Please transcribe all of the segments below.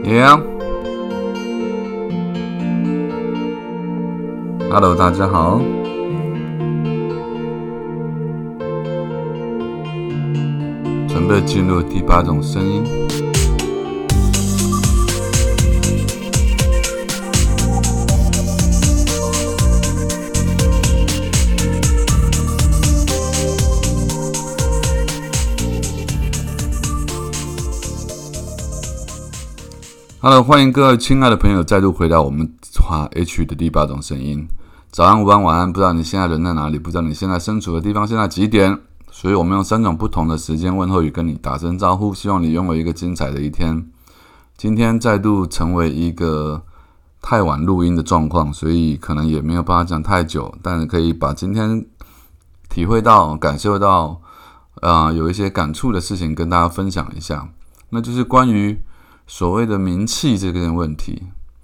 Yeah， Hello， 大家好。准备进入第8种声音。Hello， 欢迎各位亲爱的朋友再度回到我们华 H 的第8种声音。早安、午安、晚安，不知道你现在人在哪里，不知道你现在身处的地方现在几点，所以我们用3种不同的时间问候语跟你打声招呼，希望你拥有一个精彩的一天。今天再度成为一个太晚录音的状况，所以可能也没有办法讲太久，但是可以把今天体会到、感受到有一些感触的事情跟大家分享一下，那就是关于所谓的名气这个问题。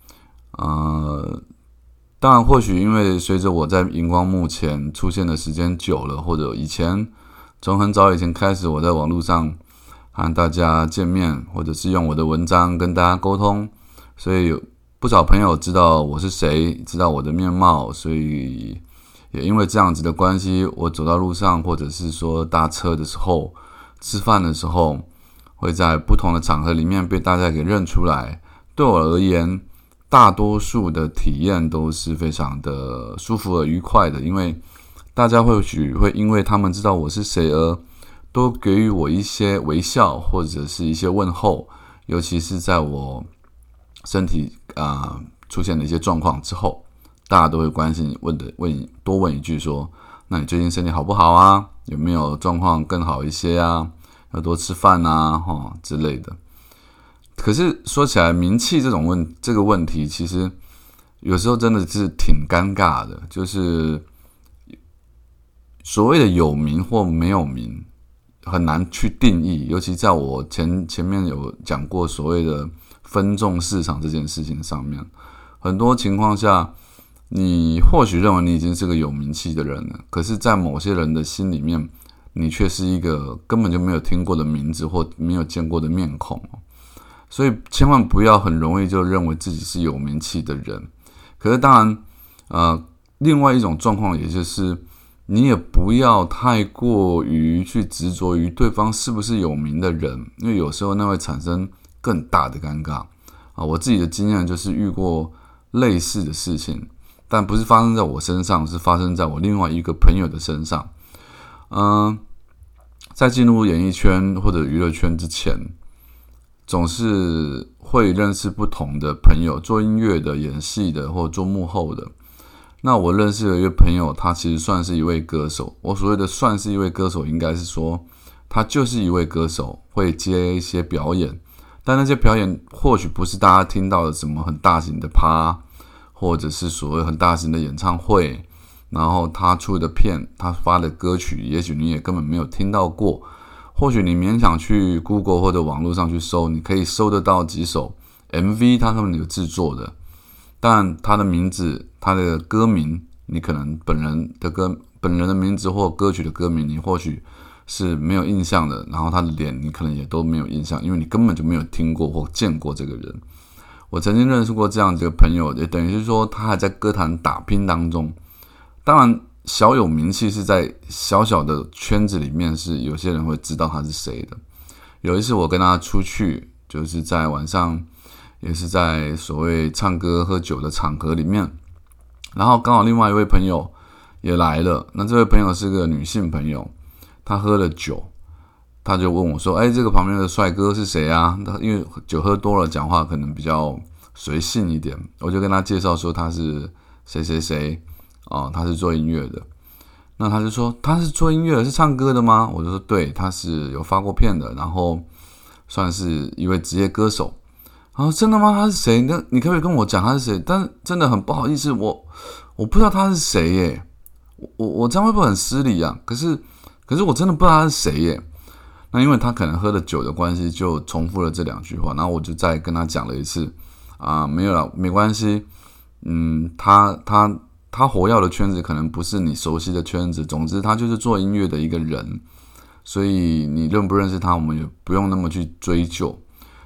当然或许因为随着我在荧光幕前出现的时间久了，或者以前从很早以前开始我在网络上和大家见面，或者是用我的文章跟大家沟通，所以有不少朋友知道我是谁，知道我的面貌，所以也因为这样子的关系，我走到路上或者是说搭车的时候、吃饭的时候，会在不同的场合里面被大家给认出来。对我而言，大多数的体验都是非常的舒服而愉快的，因为大家或许会因为他们知道我是谁而都给予我一些微笑或者是一些问候，尤其是在我身体出现的一些状况之后，大家都会关心多问一句说，那你最近身体好不好啊？有没有状况更好一些啊？要多吃饭啊之类的。可是说起来，名气这个问题，其实有时候真的是挺尴尬的，就是所谓的有名或没有名很难去定义，尤其在我前面有讲过所谓的分众市场这件事情上面，很多情况下你或许认为你已经是个有名气的人了，可是在某些人的心里面，你却是一个根本就没有听过的名字或没有见过的面孔，所以千万不要很容易就认为自己是有名气的人。可是当然另外一种状况也就是你也不要太过于去执着于对方是不是有名的人，因为有时候那会产生更大的尴尬。我自己的经验就是遇过类似的事情，但不是发生在我身上，是发生在我另外一个朋友的身上。在进入演艺圈或者娱乐圈之前，总是会认识不同的朋友，做音乐的、演戏的或做幕后的。那我认识的一位朋友，他其实算是一位歌手。我所谓的算是一位歌手，应该是说他就是一位歌手，会接一些表演，但那些表演或许不是大家听到的什么很大型的趴，或者是所谓很大型的演唱会，然后他出的片，他发的歌曲，也许你也根本没有听到过。或许你勉强去 Google 或者网络上去搜，你可以搜得到几首 MV， 他们有制作的，但他的名字、他的歌名，你可能本人的名字或歌曲的歌名，你或许是没有印象的，然后他的脸你可能也都没有印象，因为你根本就没有听过或见过这个人。我曾经认识过这样的朋友，也等于是说他还在歌坛打拼当中。当然小有名气是在小小的圈子里面，是有些人会知道他是谁的。有一次我跟他出去，就是在晚上，也是在所谓唱歌喝酒的场合里面，然后刚好另外一位朋友也来了。那这位朋友是个女性朋友，她喝了酒，她就问我说，这个旁边的帅哥是谁啊？因为酒喝多了，讲话可能比较随性一点，我就跟她介绍说他是谁谁谁他是做音乐的。那他就说他是做音乐的，是唱歌的吗？我就说对，他是有发过片的，然后算是一位职业歌手。真的吗？他是谁？那你可不可以跟我讲他是谁？但是真的很不好意思，我不知道他是谁耶。我这样会不会很失礼啊？可是我真的不知道他是谁耶。那因为他可能喝了酒的关系，就重复了这2句话，然后我就再跟他讲了一次没有啦，没关系。他活跃的圈子可能不是你熟悉的圈子，总之他就是做音乐的一个人，所以你认不认识他，我们也不用那么去追究。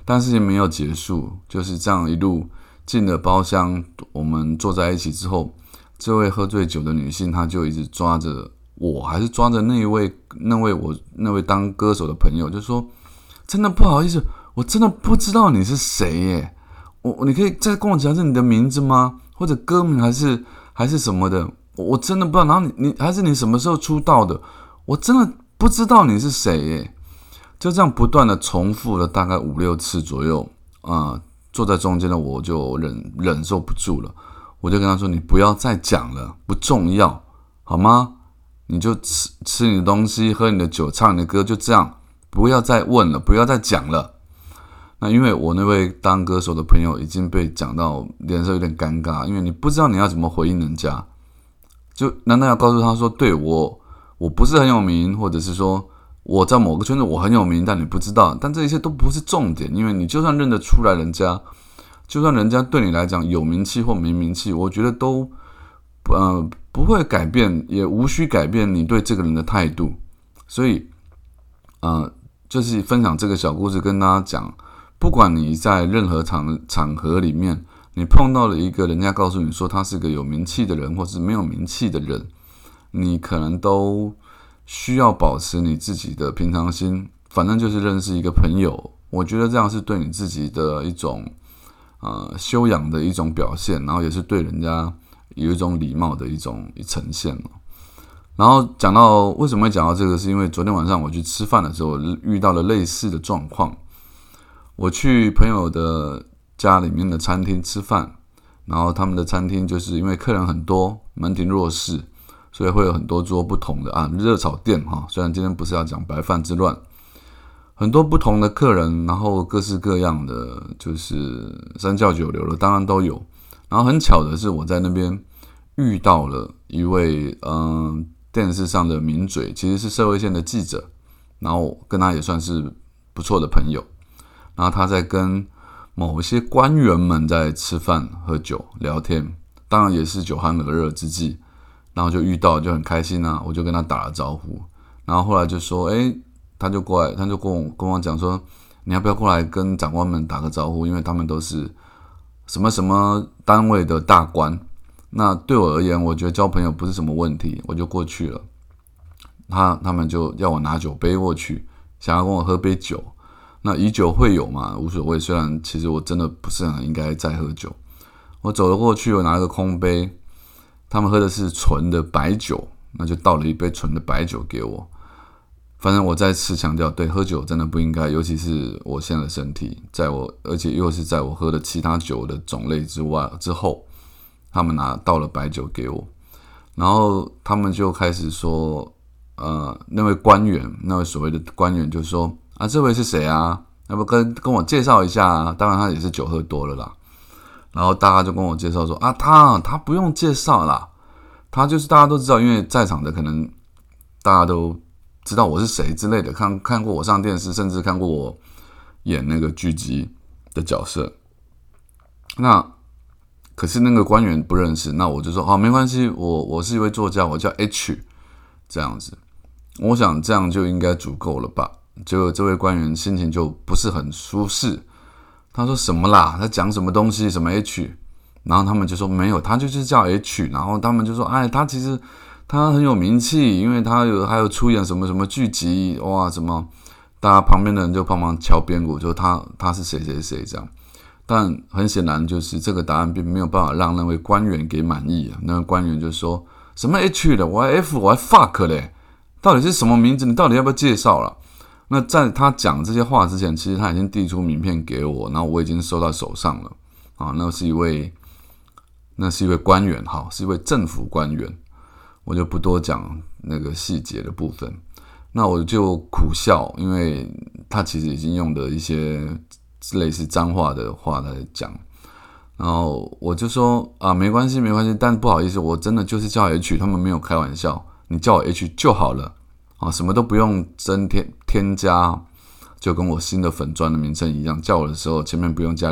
但是也没有结束，就是这样一路进了包厢，我们坐在一起之后，这位喝醉酒的女性，她就一直抓着我，还是抓着那位当歌手的朋友，就说真的不好意思，我真的不知道你是谁耶，你可以再跟我讲讲你的名字吗？或者歌名还是什么的，我真的不知道。然后你还是你什么时候出道的？我真的不知道你是谁耶。就这样不断的重复了大概5-6次左右，坐在中间的我就忍受不住了，我就跟他说：“你不要再讲了，不重要，好吗？你就吃你的东西，喝你的酒，唱你的歌，就这样，不要再问了，不要再讲了。”那因为我那位当歌手的朋友已经被讲到脸色有点尴尬，因为你不知道你要怎么回应人家，就难道要告诉他说：“对我不是很有名，或者是说。”我在某个圈子我很有名，但你不知道，但这一切都不是重点，因为你就算认得出来人家，就算人家对你来讲有名气或没名气，我觉得都不会改变，也无需改变你对这个人的态度。所以就是分享这个小故事跟大家讲，不管你在任何场合里面，你碰到了一个人家告诉你说他是个有名气的人，或是没有名气的人，你可能都需要保持你自己的平常心，反正就是认识一个朋友，我觉得这样是对你自己的一种修养的一种表现，然后也是对人家有一种礼貌的一种呈现。然后讲到为什么会讲到这个，是因为昨天晚上我去吃饭的时候遇到了类似的状况。我去朋友的家里面的餐厅吃饭，然后他们的餐厅就是因为客人很多，门庭若市，所以会有很多桌不同的热炒店虽然今天不是要讲白饭之乱，很多不同的客人，然后各式各样的，就是三教九流的当然都有。然后很巧的是，我在那边遇到了一位电视上的名嘴，其实是社会线的记者，然后跟他也算是不错的朋友。然后他在跟某些官员们在吃饭、喝酒、聊天，当然也是酒酣耳热之际。然后就遇到，就很开心啊，我就跟他打了招呼。然后后来就说，他就过来，他就跟我讲说，你要不要过来跟长官们打个招呼？因为他们都是什么什么单位的大官。那对我而言，我觉得交朋友不是什么问题，我就过去了。他们就要我拿酒杯过去，想要跟我喝杯酒。那以酒会友嘛，无所谓。虽然其实我真的不是很应该再喝酒。我走了过去，我拿了个空杯。他们喝的是纯的白酒，那就倒了一杯纯的白酒给我。反正我再次强调，对，喝酒真的不应该，尤其是我现在的身体，而且又是在我喝的其他酒的种类之后，他们倒了白酒给我，然后他们就开始说，那位所谓的官员就说，这位是谁啊？要不跟我介绍一下啊？当然他也是酒喝多了啦。然后大家就跟我介绍说他不用介绍啦，他就是大家都知道，因为在场的可能大家都知道我是谁之类的，看过我上电视，甚至看过我演那个剧集的角色。那可是那个官员不认识，那我就说没关系，我是一位作家，我叫 H 这样子。我想这样就应该足够了吧？结果这位官员心情就不是很舒适。他说什么啦？他讲什么东西？什么 H？ 然后他们就说没有，他就是叫 H。然后他们就说，他其实他很有名气，因为他还有出演什么什么剧集，哇，什么？大家旁边的人就帮忙敲边鼓，就他是谁谁谁这样。但很显然，就是这个答案并没有办法让那位官员给满意啊。那位官员就说什么 H 的，我还 F， 我还 fuck 嘞，到底是什么名字？你到底要不要介绍了？那在他讲这些话之前，其实他已经递出名片给我，然后我已经收到手上了。那是一位官员，是一位政府官员，我就不多讲那个细节的部分。那我就苦笑，因为他其实已经用的一些类似脏话的话来讲，然后我就说没关系，但不好意思，我真的就是叫 H， 他们没有开玩笑，你叫我 H 就好了。什么都不用添加，就跟我新的粉专的名称一样，叫我的时候前面不用加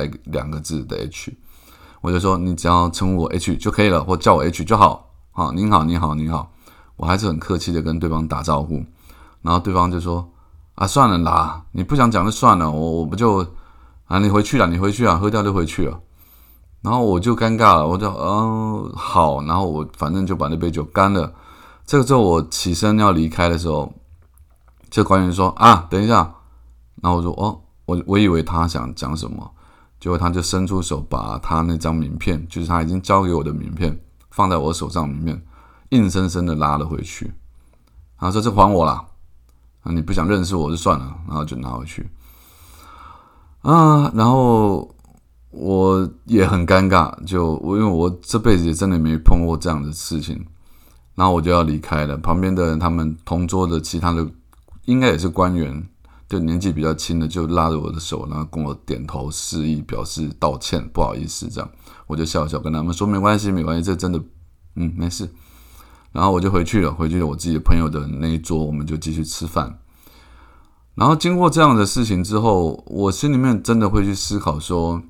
2个字的 H， 我就说你只要称呼我 H 就可以了，或叫我 H 就好。您好，我还是很客气的跟对方打招呼，然后对方就说算了啦，你不想讲就算了，我不就你回去啦，喝掉就回去了。然后我就尴尬了，我就好，然后我反正就把那杯酒干了。这个时候我起身要离开的时候，这官员说等一下，然后我说我以为他想讲什么，结果他就伸出手把他那张名片，就是他已经交给我的名片，放在我手上名片，硬生生的拉了回去。他说这还我啦，你不想认识我就算了，然后就拿回去。然后我也很尴尬，因为我这辈子也真的没碰过这样的事情，然后我就要离开了。旁边的人，他们同桌的其他的应该也是官员，就年纪比较轻的，就拉着我的手，然后跟我点头示意，表示道歉，不好意思这样。我就笑笑跟他们说没关系，这真的没事。然后我就回去了我自己的朋友的那一桌，我们就继续吃饭。然后经过这样的事情之后，我心里面真的会去思考说，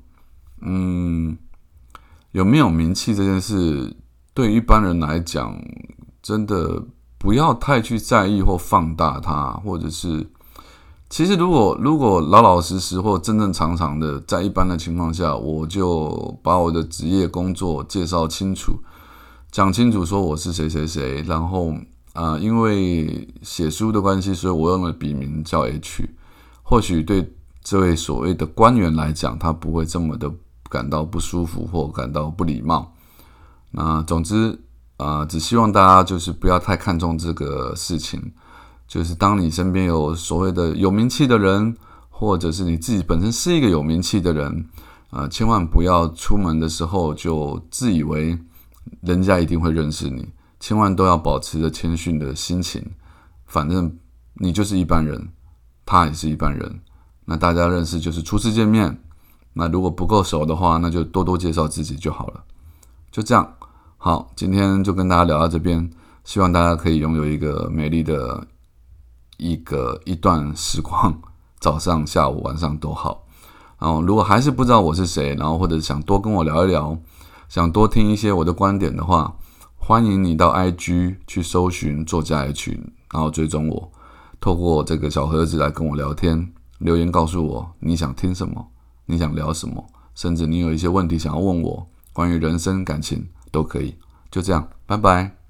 有没有名气这件事，对于一般人来讲，真的不要太去在意或放大它，或者是，其实如果老老实实或正正常常的，在一般的情况下，我就把我的职业工作介绍清楚，讲清楚说我是谁谁谁，然后因为写书的关系，所以我用了笔名叫 H， 或许对这位所谓的官员来讲，他不会这么的感到不舒服或感到不礼貌。那总之只希望大家就是不要太看重这个事情，就是当你身边有所谓的有名气的人，或者是你自己本身是一个有名气的人，千万不要出门的时候就自以为人家一定会认识你，千万都要保持着谦逊的心情，反正你就是一般人，他也是一般人，那大家认识就是初次见面，那如果不够熟的话，那就多多介绍自己就好了。就这样，好，今天就跟大家聊到这边，希望大家可以拥有一个美丽的一段时光，早上、下午、晚上都好。然后如果还是不知道我是谁，然后或者想多跟我聊一聊，想多听一些我的观点的话，欢迎你到 IG 去搜寻作家 H， 然后追踪我，透过这个小盒子来跟我聊天，留言告诉我你想听什么，你想聊什么，甚至你有一些问题想要问我，关于人生感情都可以。就这样，拜拜。